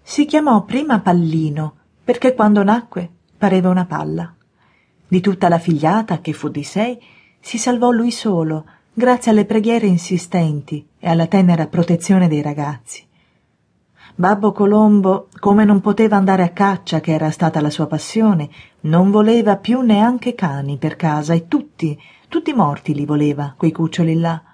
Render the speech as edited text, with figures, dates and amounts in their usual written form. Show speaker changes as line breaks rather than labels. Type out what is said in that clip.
Si chiamò prima Pallino, perché quando nacque pareva una palla. Di tutta la figliata, che fu di 6, si salvò lui solo, grazie alle preghiere insistenti e alla tenera protezione dei ragazzi. Babbo Colombo, come non poteva andare a caccia, che era stata la sua passione, non voleva più neanche cani per casa, e tutti morti li voleva, quei cuccioli là.